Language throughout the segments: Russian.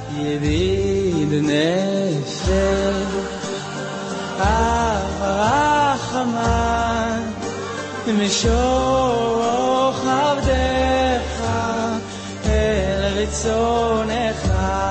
ידיד נפש הרחמן משוך עבדך אל רצונך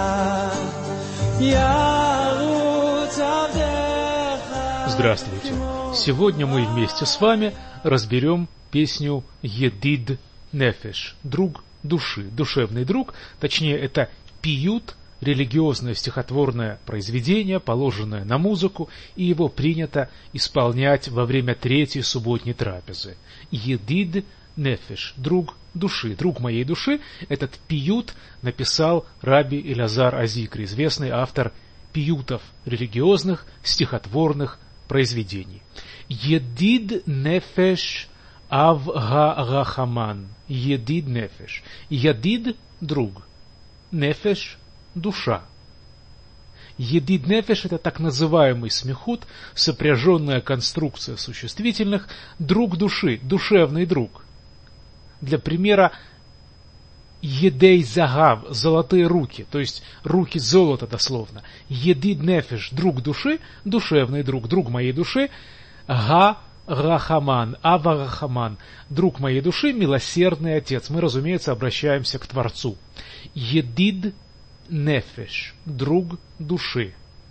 ירוץ עבדך. Здравствуйте! Сегодня мы вместе с вами разберем песню «Едид Нефеш» – «Друг души», «Душевный друг», точнее это пиют, религиозное стихотворное произведение, положенное на музыку, и его принято исполнять во время третьей субботней трапезы. «Едид Нефеш» – «Друг души», «Друг моей души». Этот пиют написал раби Элиазар Азикри, известный автор пиютов, религиозных стихотворных произведений. «Едид Нефеш Ав Га-Рахаман». «Едид Нефеш». «Едид» – «друг». «Нефеш» – «душа». «Едид Нефеш» – это так называемый смехут, сопряженная конструкция существительных, «друг души», «душевный друг». Для примера, «Едей Загав» – «золотые руки», то есть руки золота дословно. «Едид Нефеш» – «друг души», «душевный друг», «друг моей души». «Га-Рахаман», «Ава Рахаман», «друг моей души», «милосердный отец». Мы, разумеется, обращаемся к Творцу. «Едид Нефеш» – «друг души».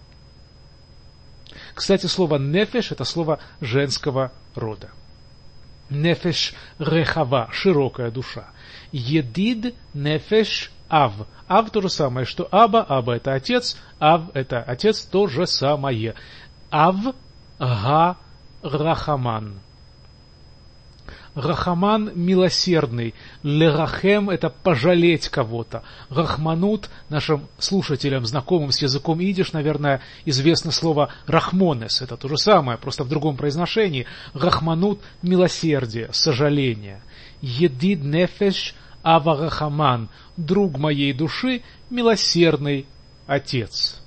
Кстати, слово «нефеш» – это слово женского рода. «Нефеш рехава» – «широкая душа». «Едид Нефеш Ав». «Ав» – то же самое, что «Аба». «Аба» – это отец, «Ав» – это отец, то же самое. «Ав Га Рахаман». Рахаман – милосердный. Лерахем – это пожалеть кого-то. Рахманут, нашим слушателям, знакомым с языком идиш, наверное, известно слово рахмонес. Это то же самое, просто в другом произношении. Рахманут – милосердие, сожаление. Едид нефеш ава рахаман. Друг моей души, милосердный отец.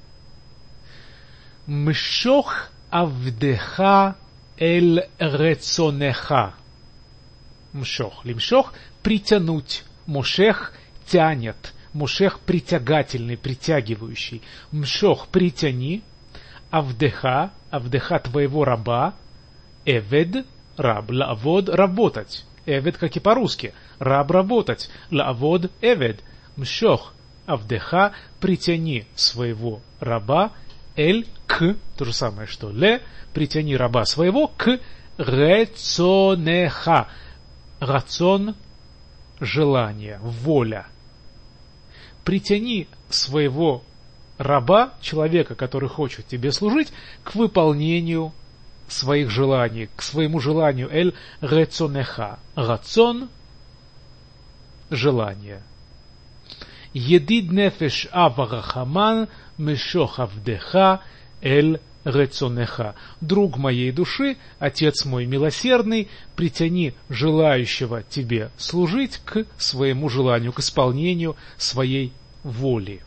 Мшох авдеха эль рецонеха. Мшох. Лимшох – притянуть. Мошех – тянет. Мошех – притягательный, притягивающий. Мшох – притяни. Авдеха – авдеха твоего раба. Эвед – раб. Лаавод – работать. Эвед, как и по-русски. Раб – работать. Лаавод – эвед. Мшох – авдеха – притяни своего раба. Эль – к, то же самое, что ле. Притяни раба своего к рецонеха. Рацион – желание, воля. Притяни своего раба, человека, который хочет тебе служить, к выполнению своих желаний, к своему желанию. Эль рецонеха. Рацион – желание. Едид нефеш ава рахаман мешох авдеха эль рецонеха. Друг моей души, отец мой милосердный, притяни желающего тебе служить к своему желанию, к исполнению своей воли.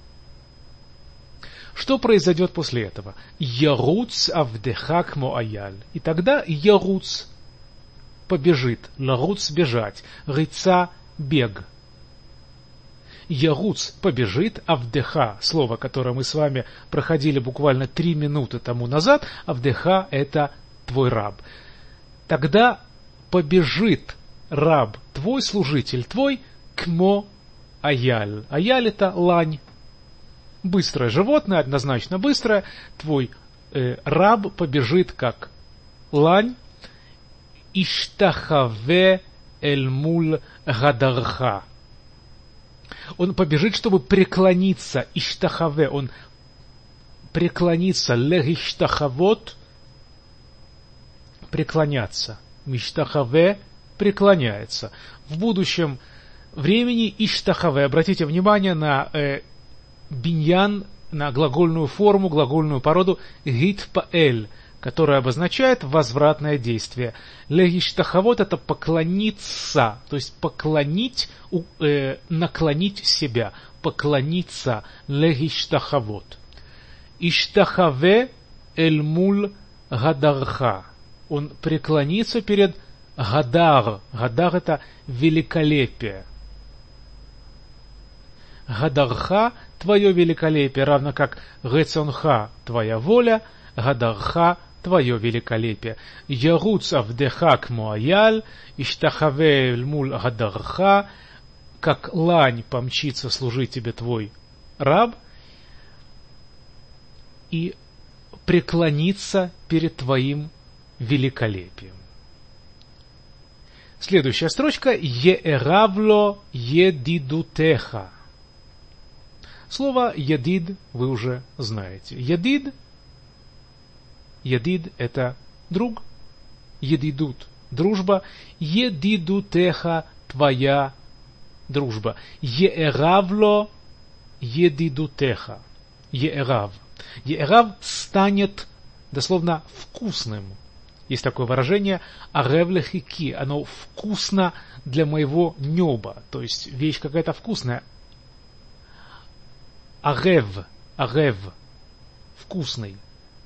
Что произойдет после этого? Яруц авдеха кмо аяль. И тогда яруц побежит, ларуц бежать, рыца бег. Яруц побежит, авдеха, слово, которое мы с вами проходили буквально 3 минуты тому назад, авдеха – это твой раб. Тогда побежит раб твой, служитель твой, кмо аяль. Аяль – это лань. Быстрое животное, однозначно быстрое. Твой раб побежит как лань. Иштахаве эль муль гадарха. Он побежит, чтобы преклониться. Иштахаве, он преклонится. Легиштахавот, преклоняться. Миштахаве, преклоняется. В будущем времени иштахаве. Обратите внимание на биньян, на глагольную форму, глагольную породу гитпаэль, которая обозначает возвратное действие. Легиштахавот – это поклониться, то есть поклонить, наклонить себя, поклониться. Легиштахавот. Иштахаве эль муль гадарха. Он преклонится перед гадар. Гадар – это великолепие. гадарха — твое великолепие, равно как гецонха — твоя воля, гадарха — твое великолепие. Яруц авдеха кмоаяль, иштахаве эльмуль гадарха, как лань помчится служить тебе твой раб и преклониться перед твоим великолепием. Следующая строчка «Еэравло едидутеха». Слово «едид» вы уже знаете. Едид — это друг, едидут — дружба, едидутеха — твоя дружба. Еэравло едидутеха. Еэрав. Еэрав станет дословно вкусным. Есть такое выражение «арев лехики», оно вкусно для моего неба, то есть вещь какая-то вкусная. Арев, вкусный.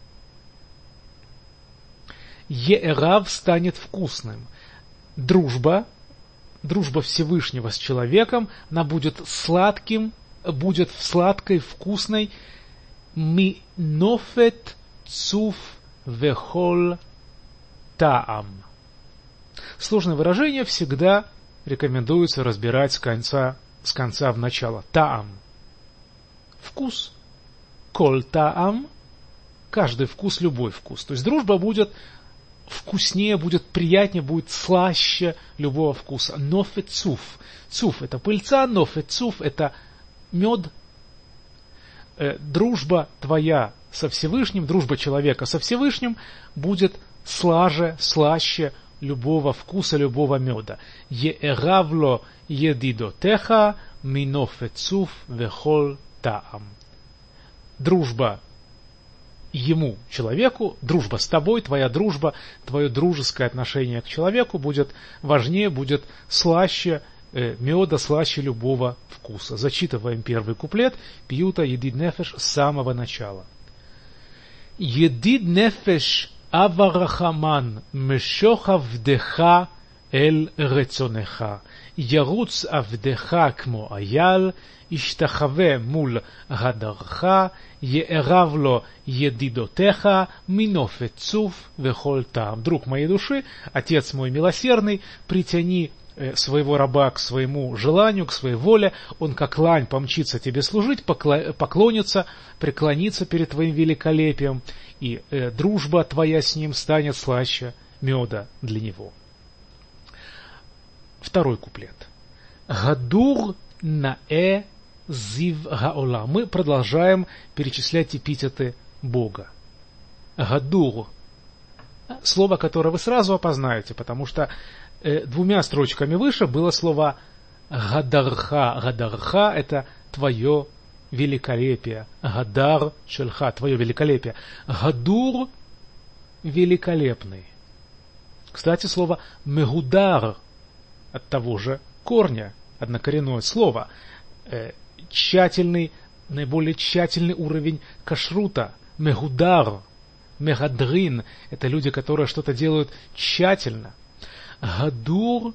Еэрав станет вкусным. Дружба Всевышнего с человеком, она будет сладким, будет сладкой, вкусной. Минофет цуф вехол таам. Сложное выражение всегда рекомендуется разбирать с конца в начало. Таам. Вкус. Коль таам. Каждый вкус, любой вкус. То есть дружба будет вкуснее, будет приятнее, будет слаще любого вкуса. Нофет цуф. Цуф — это пыльца, нофет цуф — это мед. Дружба твоя со Всевышним, дружба человека со Всевышним будет слаще любого вкуса, любого меда. Еэравло едидотеха минофет цуф вехол таам. Дружба ему, человеку, дружба с тобой, твоя дружба, твое дружеское отношение к человеку будет важнее, будет слаще меда, слаще любого вкуса. Зачитываем первый куплет пиюта Едид Нефеш с самого начала. Едид Нефеш аварахаман мешох авдеха эль рецонеха. Яруц авдеха кмо аял, иштахаве мул гадарха, еэрав ло едидотеха, минофет цуф вехоль таам. Друг моей души, отец мой милосердный, притяни своего раба к своему желанию, к своей воле, он как лань помчится тебе служить, поклонится, преклонится перед твоим великолепием, и дружба твоя с ним станет слаще меда для него. Второй куплет. Гадур наэ зив гаола. Мы продолжаем перечислять эпитеты Бога. Гадур. Слово, которое вы сразу опознаете, потому что двумя строчками выше было слово гадарха. Гадарха — это твое великолепие. Гадар шельха — твое великолепие. Гадур — великолепный. Кстати, слово мегудар от того же корня, однокоренное слово. Тщательный, наиболее тщательный уровень кашрута. Мегудар, мегадрин — это люди, которые что-то делают тщательно. Гадур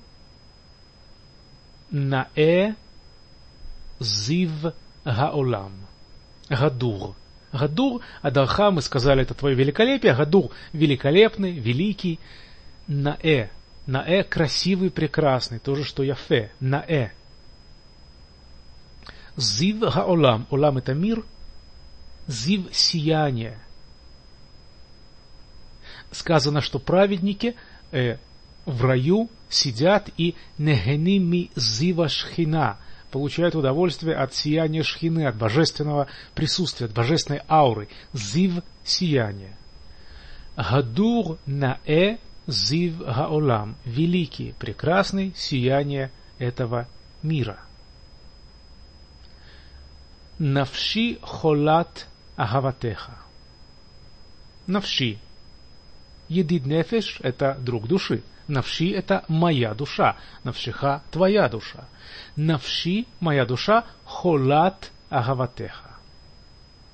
наэ зив гаолам. Гадур. Гадур, адарха, мы сказали, это твое великолепие. Гадур — великолепный, великий. Наэ. Наэ — красивый, прекрасный. То же, что яфе. Наэ. Зив гаолам. Олам — это мир. Зив — сияние. Сказано, что праведники в раю сидят и негеними зива шхина, получают удовольствие от сияния шхины, от божественного присутствия, от божественной ауры. Зив — сияние. Гадур наэ зив гаолам. Великий, прекрасный, сияние этого мира. Навши холат агаватеха. Навши. Едид нефеш — это друг души. Навши — это моя душа. Навшиха — твоя душа. Навши — моя душа. Холат агаватеха.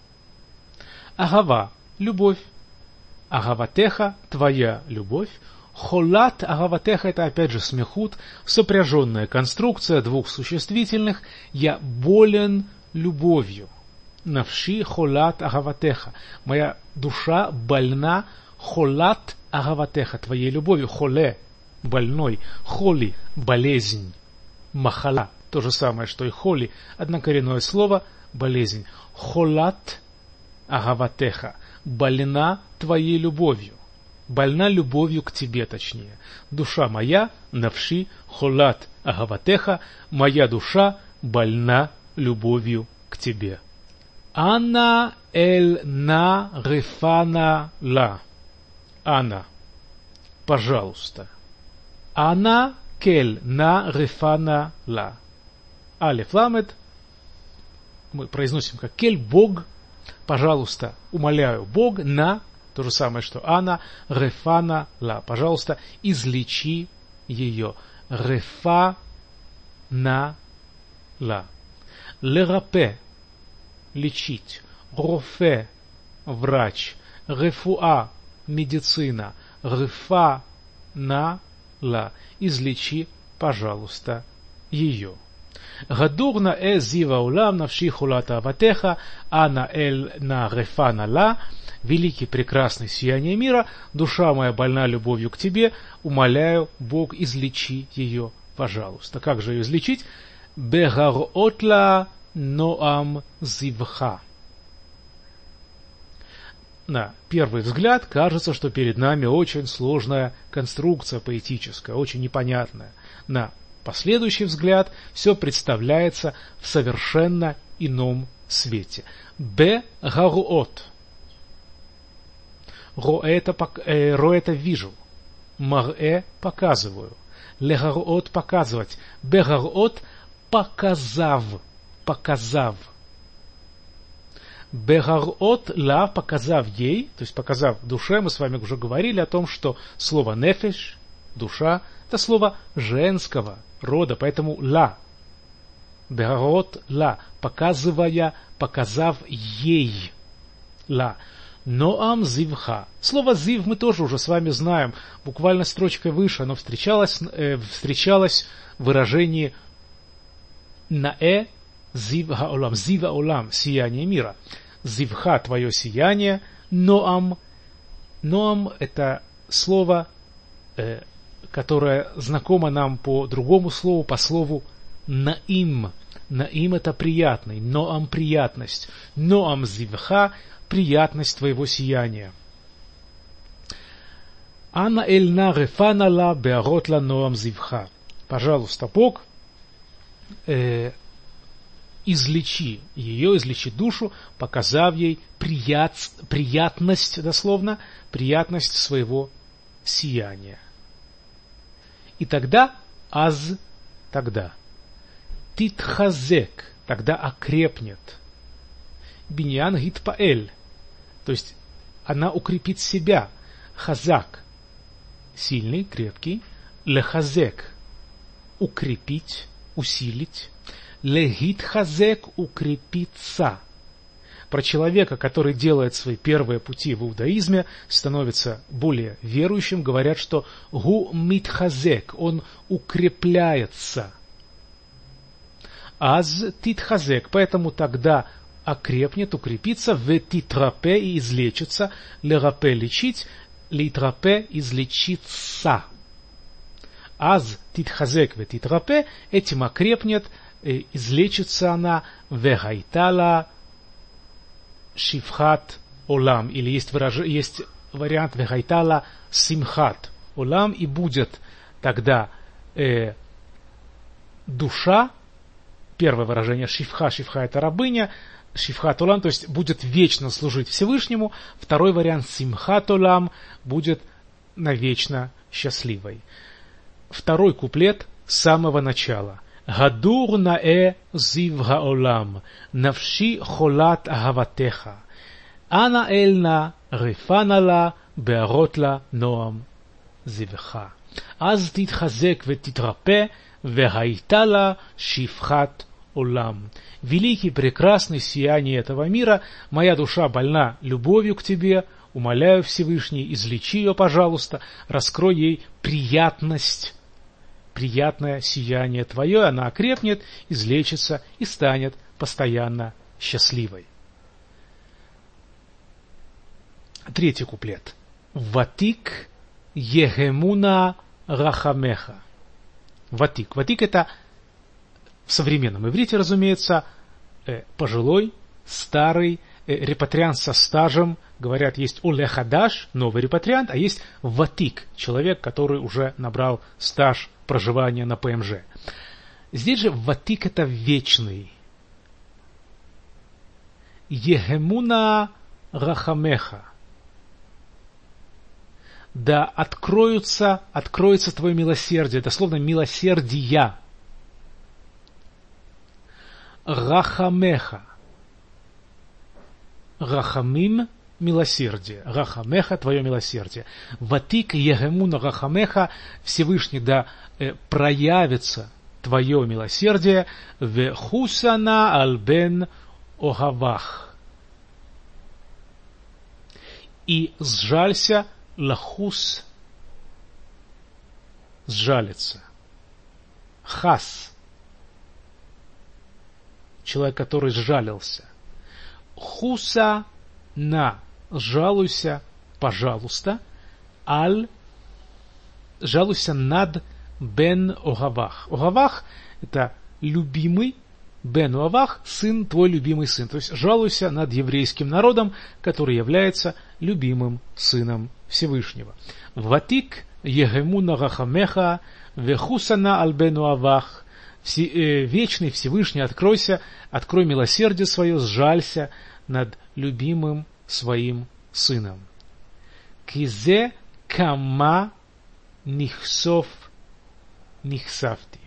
Агава — любовь. Агаватеха — твоя любовь. Холат агаватеха — это опять же смехут, сопряженная конструкция двух существительных. Я болен любовью. Навши холат агаватеха. Моя душа больна. Холат агаватеха, твоей любовью. Холе — больной. Холи — болезнь. Махала — то же самое, что и холи. Однокоренное слово — болезнь. Холат агаватеха. Больна твоей любовью. Больна любовью к тебе, точнее. Душа моя, навши, холат агаватеха, моя душа больна любовью к тебе. Ана эль на рефана ла. Ана, пожалуйста. Ана кель на рефана ла. Алеф ламед. Мы произносим как кель, Бог. Пожалуйста, умоляю, Бог, на, то же самое, что ана, рефана ла. Пожалуйста, излечи ее. Рефа на ла. Лерапе — лечить. Рофе — врач. Рефуа — медицина. Рефа на ла. Излечи, пожалуйста, ее. Гадурна зива улам навши хулата аватеха, ана эль на рефана ла. Великий, прекрасный, сияние мира, душа моя больна любовью к тебе, умоляю, Бог, излечи ее, пожалуйста. Как же ее излечить? Бегаротла ноам зивха. На первый взгляд кажется, что перед нами очень сложная конструкция поэтическая, очень непонятная. На последующий взгляд все представляется в совершенно ином свете. Бегаруот. Ро это вижу. Марэ показываю. Легаруот показывать. Бегаруот показав. Показав. Бегаруот ла показав ей, то есть показав душе. Мы с вами уже говорили о том, что слово нефеш, душа, это слово женского рода, поэтому ла. Бегаруот ла, показывая, показав ей. Ла. Ноам зивха. Слово зив мы тоже уже с вами знаем. Буквально строчкой выше оно встречалось в выражении наэ зив хаолам. Зива олам, сияние мира. Зивха, твое сияние. Ноам. Ноам это слово, которое знакомо нам по другому слову, по слову наим. Наим это приятный. Ноам приятность. Ноам зивха приятность твоего сияния. Ана эль на рефана ла беаротла ноам зивха. Пожалуйста, Бог, излечи ее, излечи душу, показав ей приятность, дословно, приятность своего сияния. И тогда, тогда, титхазек, тогда окрепнет. Биньян гитпаэль, то есть она укрепит себя. Хазак, сильный, крепкий. Лехазек, укрепить, усилить. Легитхазек, укрепиться. Про человека, который делает свои первые пути в иудаизме, становится более верующим, говорят, что гу митхазек, он укрепляется. Аз титхазек, поэтому тогда окрепнет, укрепится, в титрапе и излечится, лерапе лечить, литрапе излечиться. Аз титхазек в титрапе, этим окрепнет, излечится она, вегайтала шифхат олам, или есть вариант вегайтала симхат олам, и будет тогда душа, первое выражение шифха, шифха это рабыня, шифхат олам, то есть будет вечно служить Всевышнему. Второй вариант симхат олам, будет навечно счастливой. Второй куплет с самого начала. Гадур наэ зив хаолам, навши холат агаватеха, ана эльна рефана ла беарот ла ноам зивха. אז תתחזק ותתרפא, והייתה לה שפחת олам. Великий, прекрасный сияние этого мира, моя душа больна любовью к тебе, умоляю, Всевышний, излечи ее, пожалуйста, раскрой ей приятность, приятное сияние Твое, она окрепнет, излечится и станет постоянно счастливой. Третий куплет. Ватик егемуна рахамеха. Ватик. Ватик — это в современном иврите, разумеется, пожилой, старый репатриант со стажем. Говорят, есть оле хадаш, новый репатриант, а есть ватик, человек, который уже набрал стаж проживания на ПМЖ. Здесь же ватик — это вечный. Егемуна рахамеха. Да откроется твое милосердие, дословно милосердия. Рахамеха. Рахамим — милосердие. Рахамеха — твое милосердие. Ватик егемуна рахамеха, Всевышний, да проявится твое милосердие. Вехусана албен огавах. И сжалься лахус, сжалится. Хас, человек, который сжалился. Хуса на, жалуйся, пожалуйста. Аль, жалуйся над бен огавах. Огавах — это любимый, бен огавах — сын, твой любимый сын. То есть жалуйся над еврейским народом, который является любимым сыном Всевышнего. Ватик егемуна рахамеха вехусана аль бен огавах. Вечный Всевышний, открой милосердие свое, сжалься над любимым своим сыном. Кизе кама нихсов нихсавти.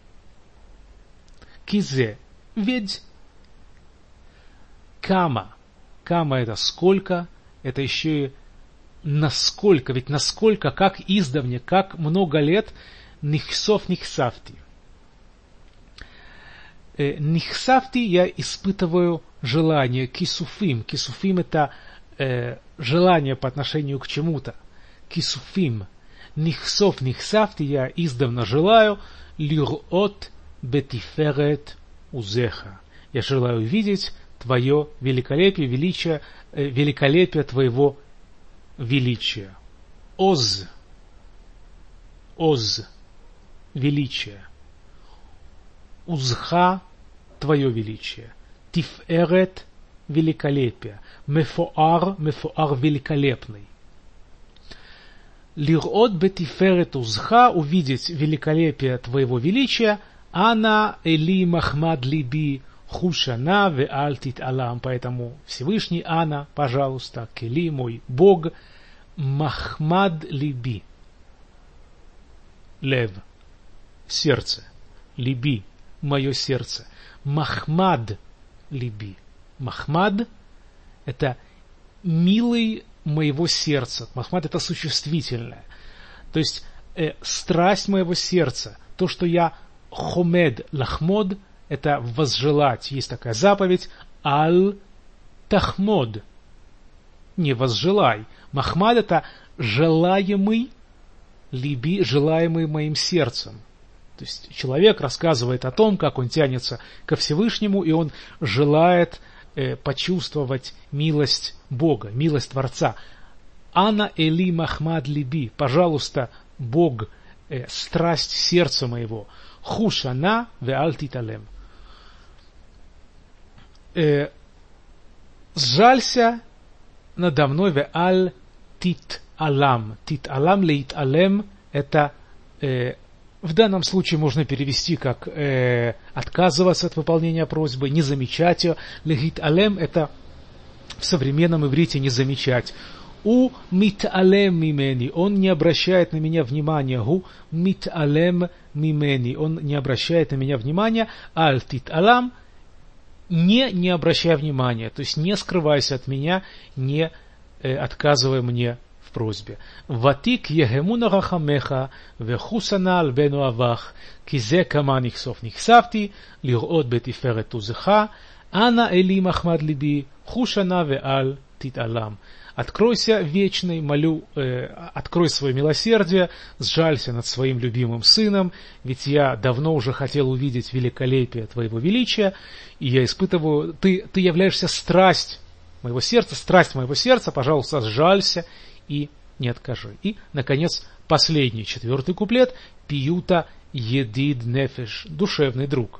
Кизе, ведь кама. Кама — это сколько, это еще и насколько, ведь насколько, как издавна, как много лет, нихсов нихсавти. Нихсавти, я испытываю желание, кисуфим. Кисуфим — это желание по отношению к чему-то. Кисуфим. Нихсов нихсавти, я издавна желаю, лирот бетиферет узеха. Я желаю видеть твое великолепие, величие, великолепие твоего величия. Оз. Оз. Величие. Узха — твое величие. Тиферет — великолепие. Мефоар — мефоар — великолепный. Лирот бетиферет узха — увидеть великолепие твоего величия. Ана эли махмад либи хушана ве альтит алам. Поэтому Всевышний, Ана, пожалуйста, кели, мой Бог, махмад либи. Лев — сердце. Либи — мое сердце. Махмад либи. Махмад — это милый моего сердца. Махмад — это существительное. То есть страсть моего сердца. То, что я хомед лахмод, это возжелать. Есть такая заповедь. Аль тахмод. Не возжелай. Махмад — это желаемый, либи, желаемый моим сердцем. То есть человек рассказывает о том, как он тянется ко Всевышнему, и он желает почувствовать милость Бога, милость Творца. Ана эли махмад либи. Пожалуйста, Бог, страсть сердца моего. Хушана ве альтиталем. Сжалься надо мной ве аль тит алам. Тит алам леит алем — это в данном случае можно перевести как отказываться от выполнения просьбы, не замечать ее. Легит алем — это в современном иврите не замечать. У мит алем мимени, он не обращает на меня внимания. Гу мит алем мимени, он не обращает на меня внимания. Аль тит алам, не обращай внимания, то есть не скрывайся от меня, не отказывай мне в просьбе. Ватик егемуна рахамеха вехусана аль бен огавах кизе кама нихсов нихсавти лирот бетиферет узеха ана эли махмад либи хушана ве аль тит алам. Откройся, вечный, молю, открой свое милосердие, сжалься над своим любимым сыном, ведь я давно уже хотел увидеть великолепие твоего величия, и я испытываю, ты являешься страсть моего сердца, пожалуйста, сжалься и не откажи. И, наконец, последний, 4-й куплет, пиюта едид нефеш, душевный друг.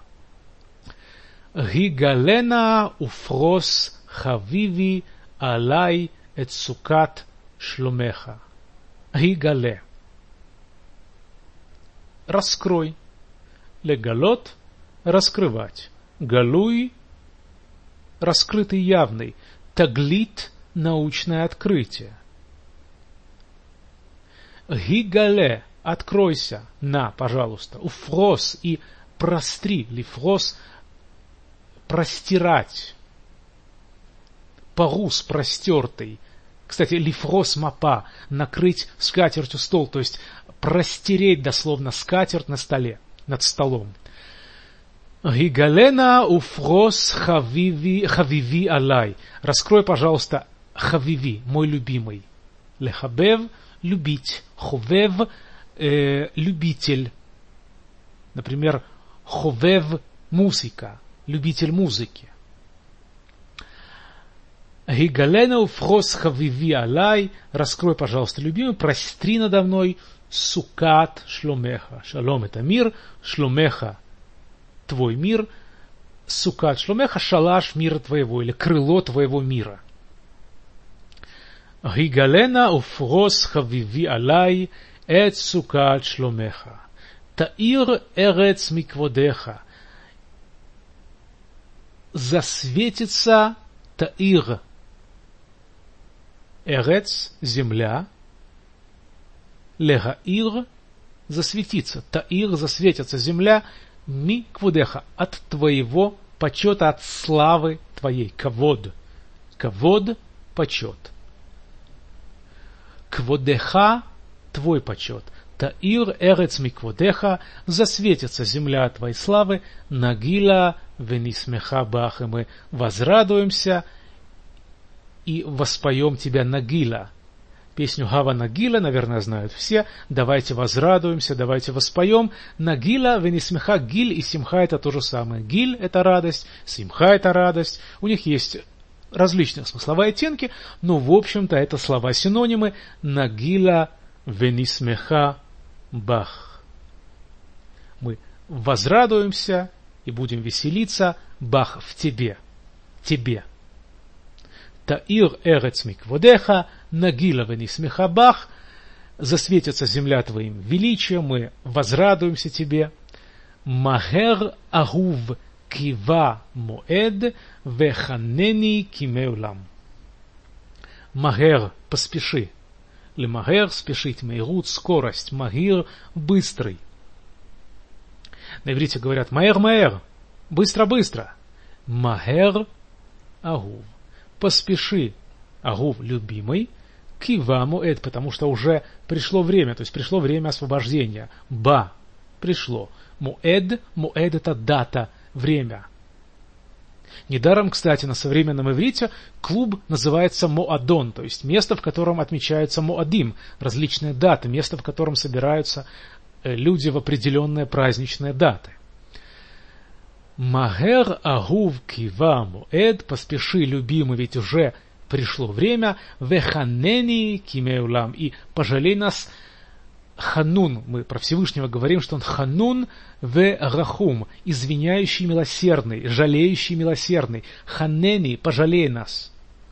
Гигалена уфрос хавиви алай эт сукат шломеха. Гигале. Раскрой. Легалот — раскрывать. Галуй — раскрытый явный. Таглит — научное открытие. Гигале — откройся, на, пожалуйста. Уфрос и простри, лифрос — простирать. Парус простертый. Кстати, лифрос мапа, накрыть скатертью стол, то есть простереть дословно скатерть на столе, над столом. Гигалена уфрос хавиви алай. Раскрой, пожалуйста, хавиви, мой любимый. Лехабев — любить. Ховев — любитель. Например, ховев — музыка, любитель музыки. Гигалена уфрос хавиви алай. Раскрой, пожалуйста, любимый, простри надо мной. Сукат шломеха. Шалом — это мир. Шломеха — твой мир. Сукат шломеха — шалаш мира твоего, или крыло твоего мира. Гигалена уфрос хавиви алай эт сукат шломеха. Таир эрец микводеха. Засветится таир. Эрец — земля. Легаир — засветится. Таир — засветится земля. Ми кводеха — от твоего почета, от славы твоей. Кавод. Кавод — почет. Кводеха — твой почет. Таир эрец ми кводеха — засветится земля от твоей славы. Нагила венисмеха бах, и мы возрадуемся и воспоем тебя Нагила. Песню Гава Нагила, наверное, знают все. Давайте возрадуемся, давайте воспоем. Нагила венисмеха, гиль и симха — это то же самое. Гиль — это радость, симха — это радость. У них есть различные смысловые оттенки, но в общем-то это слова-синонимы. Нагила венисмеха бах. Мы возрадуемся и будем веселиться, бах, в тебе. Тебе. Таир эрец микводеха, нагила венисмеха бах. Засветится земля твоим величием, мы возрадуемся тебе. Махер агув кива моэд веханени кимеулам. Махер — поспеши. Лемахер — спешить, мейрут — скорость, магир — быстрый. На иврите говорят маэр, быстро. Махер агув. Поспеши, агув — любимый, кива моэд, потому что уже пришло время, то есть пришло время освобождения. Ба — пришло. Моэд — это дата, время. Недаром, кстати, на современном иврите клуб называется моадон, то есть место, в котором отмечаются моадим, различные даты, место, в котором собираются люди в определенные праздничные даты. Магер агув кива моэд, поспеши, любимый, ведь уже пришло время. Веханени кимеулам, и пожалей нас. Ханун, мы про Всевышнего говорим, что он ханун ве рахум, извиняющий милосердный, жалеющий милосердный. Ханени, пожалей нас.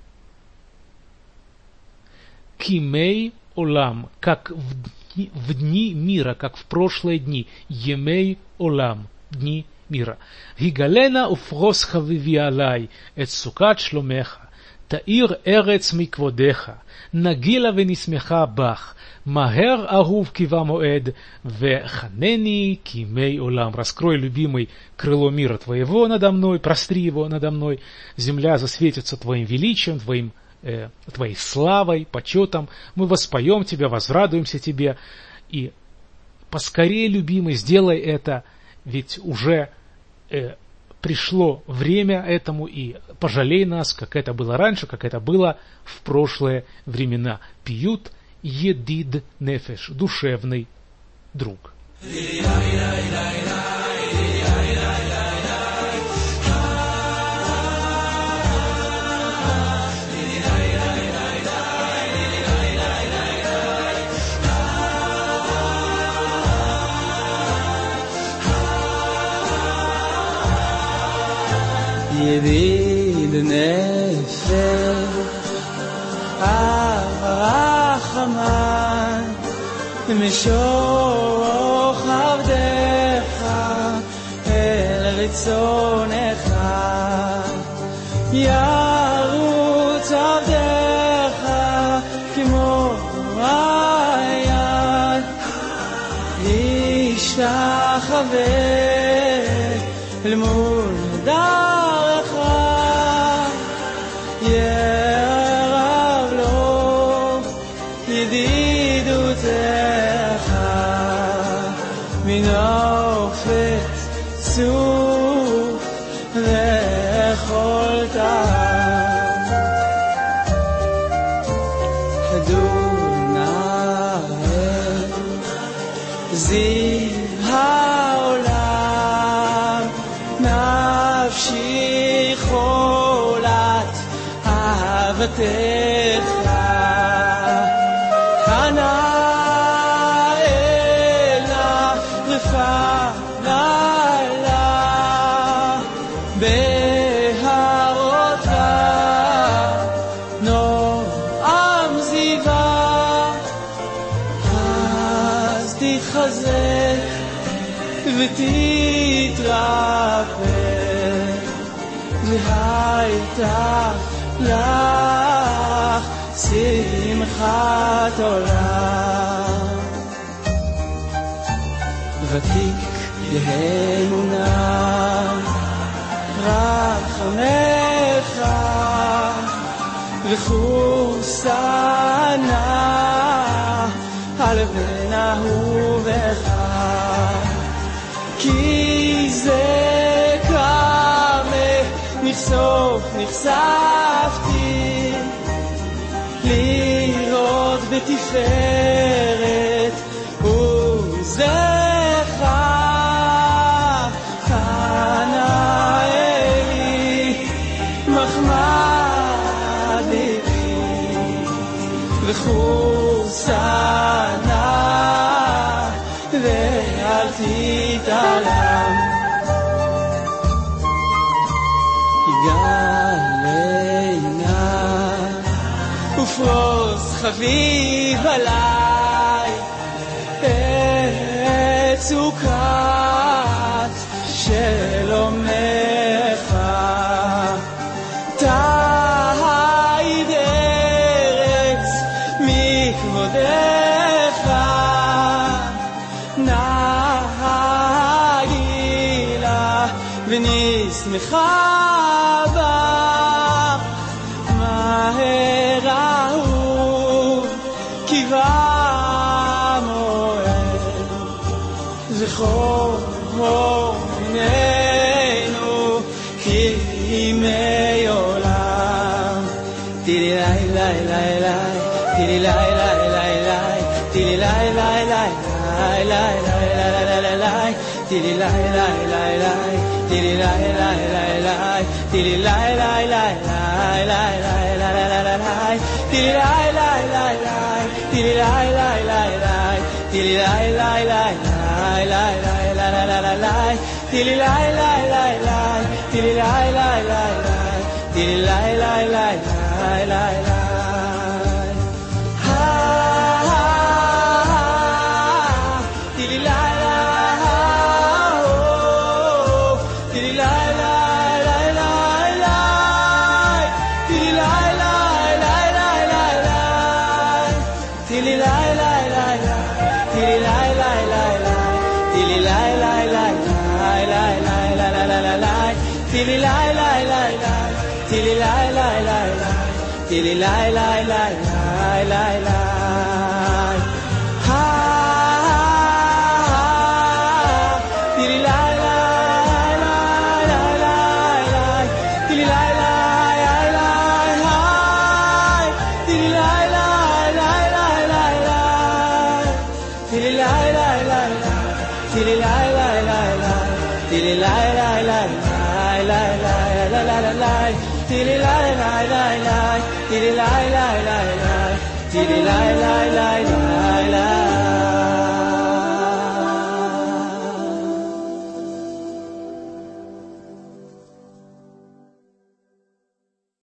Кимей олам, как в дни мира, как в прошлые дни. Емей олам, дни мира. Гигалена уфрос хавиви алай эт сукат шломеха. Таир эрец микводеха. Нагила венисмеха бах. Махер агув кива моэд, веханени кимей олам. Раскрой, любимый, крыло мира твоего надо мной, простри его надо мной. Земля засветится твоим величием, твоей славой, почетом. Мы воспоем тебя, возрадуемся тебе. И поскорее, любимый, сделай это, ведь уже пришло время этому, и пожалей нас, как это было раньше, как это было в прошлые времена. Пьют едид нефеш, душевный друг. ידיד נפש, הרחמן, משוך עבדך אל רצונך, ירוץ עבדך כמו היד, ישתחווה אל מול דרך, ירב לו ידידותך, מנופת צוף וכל טעם. אדוני זיו העולם, נפשי חולת אהבתך, ענה אלה רפאה לה בהרותך, נועם זיווה, אז תתחזק ותתרפא, והייתה לך שמחת עולם. ותיק יהיונה רחמך, וחוסנה על בן אהובך, כי זה כמה נחשפתי לראות בתפארת עוזך, חנה אלי מחמד ליבי, וחוסנה ואל תתעלם. יגלנה ופרוס חביב עליי את סוכת שלומך, תעיד ארץ מכבודך, נגילה ונשמחה בך, מהר אהוב כי בא מועד, זכור עינינו כימי עולם. תילי לי לי לי לי, תילי לי לי לי לי, תילי לי לי לי לי לי לי, תילי לי לי לי לי, תילי לי לי לי לי, תילי לי לי לי לי לי לי, תילי לי לי לי לי, תילי לי לי לי לי, תילי לי לי לי לי לי לי, תילי לי לי לי לי, תילי לי לי לי לי, תילי לי לי לי לי לי. Tili lai lai lai lai, tili lai lai lai lai, tili lai lai lai lai lai lai. Ha ha, tili lai lai lai lai lai, tili lai lai lai lai, tili lai lai lai